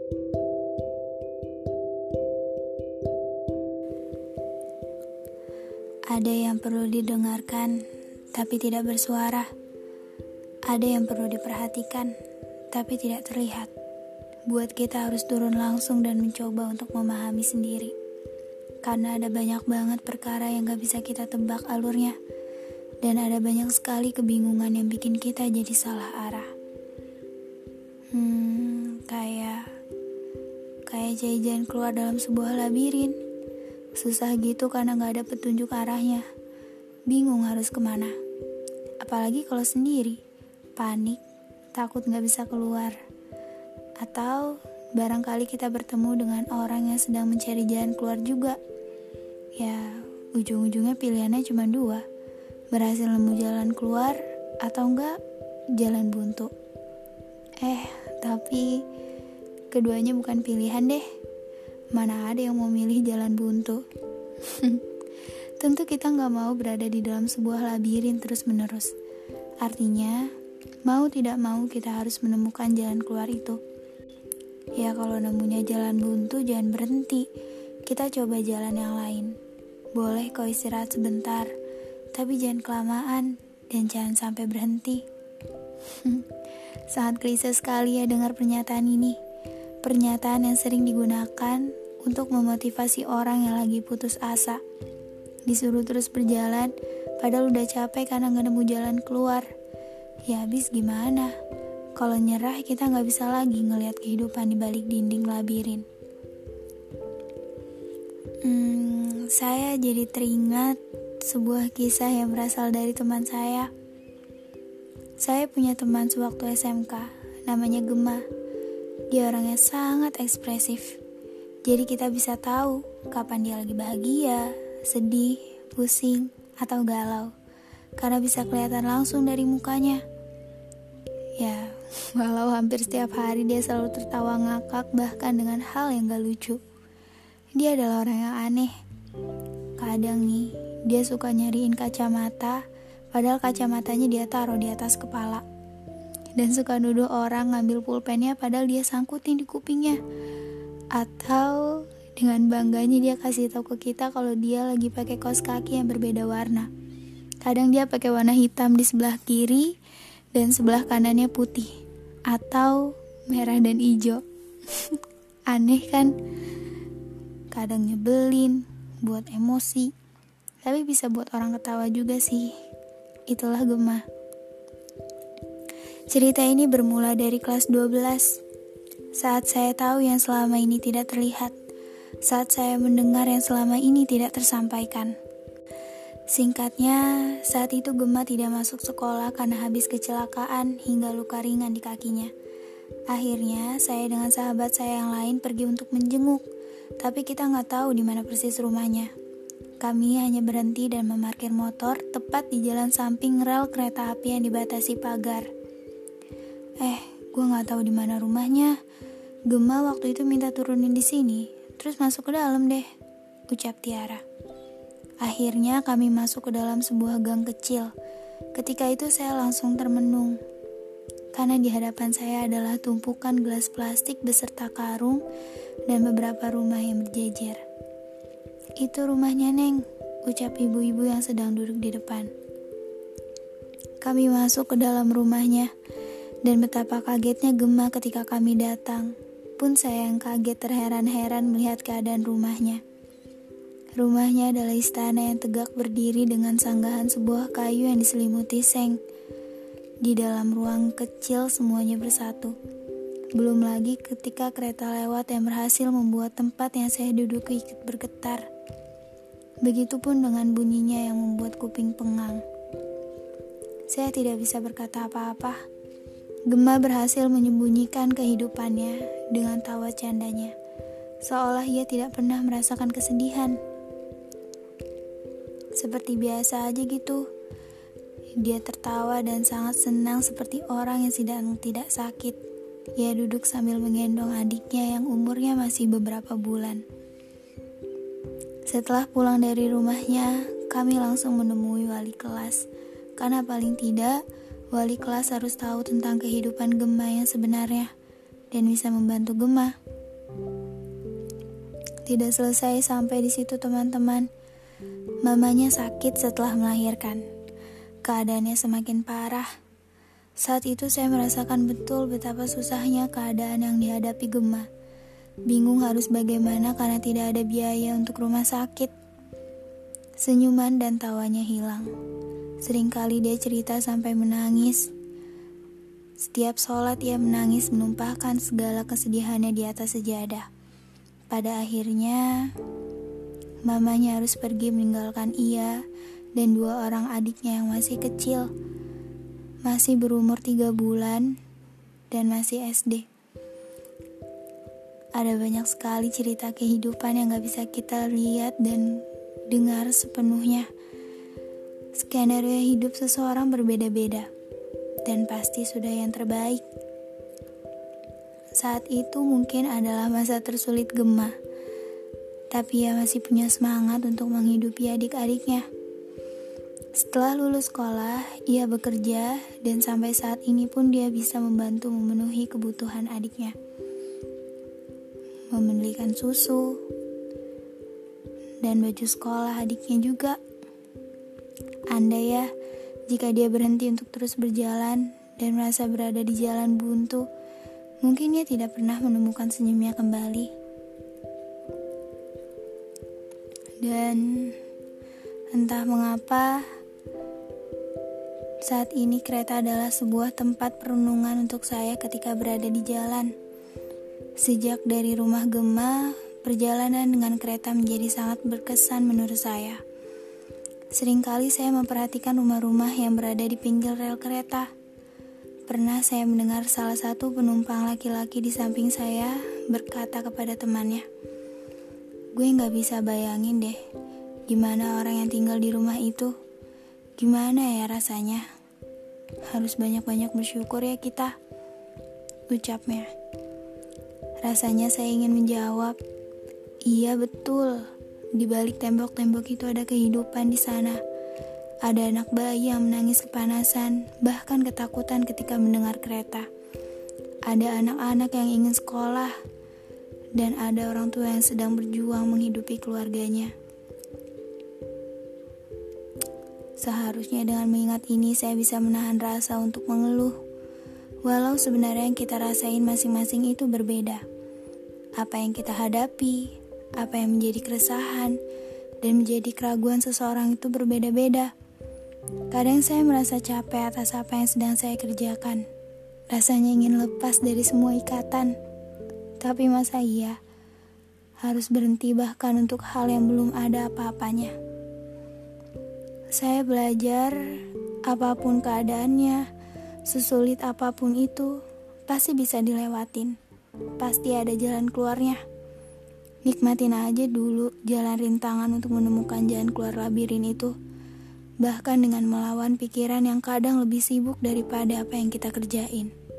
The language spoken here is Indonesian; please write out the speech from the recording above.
Ada yang perlu didengarkan, tapi tidak bersuara. Ada yang perlu diperhatikan, tapi tidak terlihat. Buat kita harus turun langsung dan mencoba untuk memahami sendiri. Karena ada banyak banget perkara yang gak bisa kita tebak alurnya. Dan ada banyak sekali kebingungan yang bikin kita jadi salah arah. Kayak jajan keluar dalam sebuah labirin. Susah gitu karena gak ada petunjuk arahnya. Bingung harus kemana. Apalagi kalau sendiri. Panik, takut gak bisa keluar. Atau barangkali kita bertemu dengan orang yang sedang mencari jalan keluar juga. Ya, ujung-ujungnya pilihannya cuma dua. Berhasil nemu jalan keluar atau enggak jalan buntu. Tapi keduanya bukan pilihan deh. Mana ada yang mau milih jalan buntu. Tentu kita gak mau berada di dalam sebuah labirin terus-menerus. Artinya, mau tidak mau kita harus menemukan jalan keluar itu. Ya kalau nemunya jalan buntu jangan berhenti. Kita coba jalan yang lain. Boleh kau istirahat sebentar, tapi jangan kelamaan dan jangan sampai berhenti. Sangat klise sekali ya dengar pernyataan ini. Pernyataan yang sering digunakan untuk memotivasi orang yang lagi putus asa. Disuruh terus berjalan, padahal udah capek karena gak nemu jalan keluar. Ya habis gimana? Kalau nyerah kita gak bisa lagi ngelihat kehidupan di balik dinding labirin. Saya jadi teringat sebuah kisah yang berasal dari teman saya. Saya punya teman sewaktu SMK, namanya Gemma. Dia orangnya sangat ekspresif. Jadi kita bisa tahu kapan dia lagi bahagia, sedih, pusing, atau galau. Karena bisa kelihatan langsung dari mukanya. Ya, walau hampir setiap hari dia selalu tertawa ngakak bahkan dengan hal yang gak lucu. Dia adalah orang yang aneh. Kadang nih, dia suka nyariin kacamata, padahal kacamatanya dia taruh di atas kepala. Dan suka nuduh orang ngambil pulpennya padahal dia sangkutin di kupingnya. Atau dengan bangganya dia kasih tahu ke kita kalau dia lagi pakai kaos kaki yang berbeda warna. Kadang dia pakai warna hitam di sebelah kiri dan sebelah kanannya putih atau merah dan hijau. Aneh kan? Kadang nyebelin, buat emosi, tapi bisa buat orang ketawa juga sih. Itulah Gemma. Cerita ini bermula dari kelas 12. Saat saya tahu yang selama ini tidak terlihat. Saat saya mendengar yang selama ini tidak tersampaikan. Singkatnya, saat itu Gemma tidak masuk sekolah karena habis kecelakaan hingga luka ringan di kakinya. Akhirnya, saya dengan sahabat saya yang lain pergi untuk menjenguk. Tapi kita gak tahu di mana persis rumahnya. Kami hanya berhenti dan memarkir motor tepat di jalan samping rel kereta api yang dibatasi pagar. Gue gak tahu di mana rumahnya. Gemma waktu itu minta turunin di sini, terus masuk ke dalam deh, ucap Tiara. Akhirnya kami masuk ke dalam sebuah gang kecil. Ketika itu saya langsung termenung. Karena di hadapan saya adalah tumpukan gelas plastik beserta karung dan beberapa rumah yang berjejer. Itu rumahnya Neng, ucap ibu-ibu yang sedang duduk di depan. Kami masuk ke dalam rumahnya dan betapa kagetnya Gemma ketika kami datang. Pun saya yang kaget terheran-heran melihat keadaan rumahnya. Rumahnya adalah istana yang tegak berdiri dengan sanggahan sebuah kayu yang diselimuti seng. Di dalam ruang kecil semuanya bersatu. Belum lagi ketika kereta lewat yang berhasil membuat tempat yang saya duduki ikut bergetar. Begitupun dengan bunyinya yang membuat kuping pengang. Saya tidak bisa berkata apa-apa. Gemma berhasil menyembunyikan kehidupannya dengan tawa candanya. Seolah ia tidak pernah merasakan kesedihan. Seperti biasa aja gitu. Dia tertawa dan sangat senang seperti orang yang sedang tidak sakit. Ia duduk sambil menggendong adiknya yang umurnya masih beberapa bulan. Setelah pulang dari rumahnya, kami langsung menemui wali kelas. Karena paling tidak, wali kelas harus tahu tentang kehidupan Gemma yang sebenarnya dan bisa membantu Gemma. Tidak selesai sampai di situ teman-teman. Mamanya sakit setelah melahirkan. Keadaannya semakin parah. Saat itu saya merasakan betul betapa susahnya keadaan yang dihadapi Gemma. Bingung harus bagaimana karena tidak ada biaya untuk rumah sakit. Senyuman dan tawanya hilang. Seringkali dia cerita sampai menangis. Setiap sholat ia menangis menumpahkan segala kesedihannya di atas sejadah. Pada akhirnya, mamanya harus pergi meninggalkan ia dan 2 orang adiknya yang masih kecil. Masih berumur 3 bulan dan masih SD. Ada banyak sekali cerita kehidupan yang gak bisa kita lihat dan dengar sepenuhnya. Skenario hidup seseorang berbeda-beda. Dan pasti sudah yang terbaik. Saat itu mungkin adalah masa tersulit Gemma, tapi ia masih punya semangat untuk menghidupi adik-adiknya. Setelah lulus sekolah, ia bekerja dan sampai saat ini pun dia bisa membantu memenuhi kebutuhan adiknya. Membelikan susu dan baju sekolah adiknya juga. Andai ya, jika dia berhenti untuk terus berjalan dan merasa berada di jalan buntu, mungkin dia tidak pernah menemukan senyumnya kembali. Dan entah mengapa, saat ini kereta adalah sebuah tempat perenungan untuk saya ketika berada di jalan. Sejak dari rumah Gemma, perjalanan dengan kereta menjadi sangat berkesan menurut saya. Seringkali saya memperhatikan rumah-rumah yang berada di pinggir rel kereta. Pernah saya mendengar salah satu penumpang laki-laki di samping saya berkata kepada temannya, "Gue gak bisa bayangin deh, gimana orang yang tinggal di rumah itu. Gimana ya rasanya? Harus banyak-banyak bersyukur ya kita," ucapnya. Rasanya saya ingin menjawab, "Iya betul. Di balik tembok-tembok itu ada kehidupan di sana. Ada anak bayi yang menangis kepanasan, bahkan ketakutan ketika mendengar kereta. Ada anak-anak yang ingin sekolah, dan ada orang tua yang sedang berjuang menghidupi keluarganya." Seharusnya dengan mengingat ini saya bisa menahan rasa untuk mengeluh. Walau sebenarnya yang kita rasain masing-masing itu berbeda. Apa yang kita hadapi, apa yang menjadi keresahan dan menjadi keraguan seseorang itu berbeda-beda. Kadang saya merasa capek atas apa yang sedang saya kerjakan. Rasanya ingin lepas dari semua ikatan. Tapi masa iya harus berhenti bahkan untuk hal yang belum ada apa-apanya? Saya belajar apapun keadaannya, sesulit apapun itu, pasti bisa dilewatin. Pasti ada jalan keluarnya. Nikmatin aja dulu jalan rintangan untuk menemukan jalan keluar labirin itu. Bahkan dengan melawan pikiran yang kadang lebih sibuk daripada apa yang kita kerjain.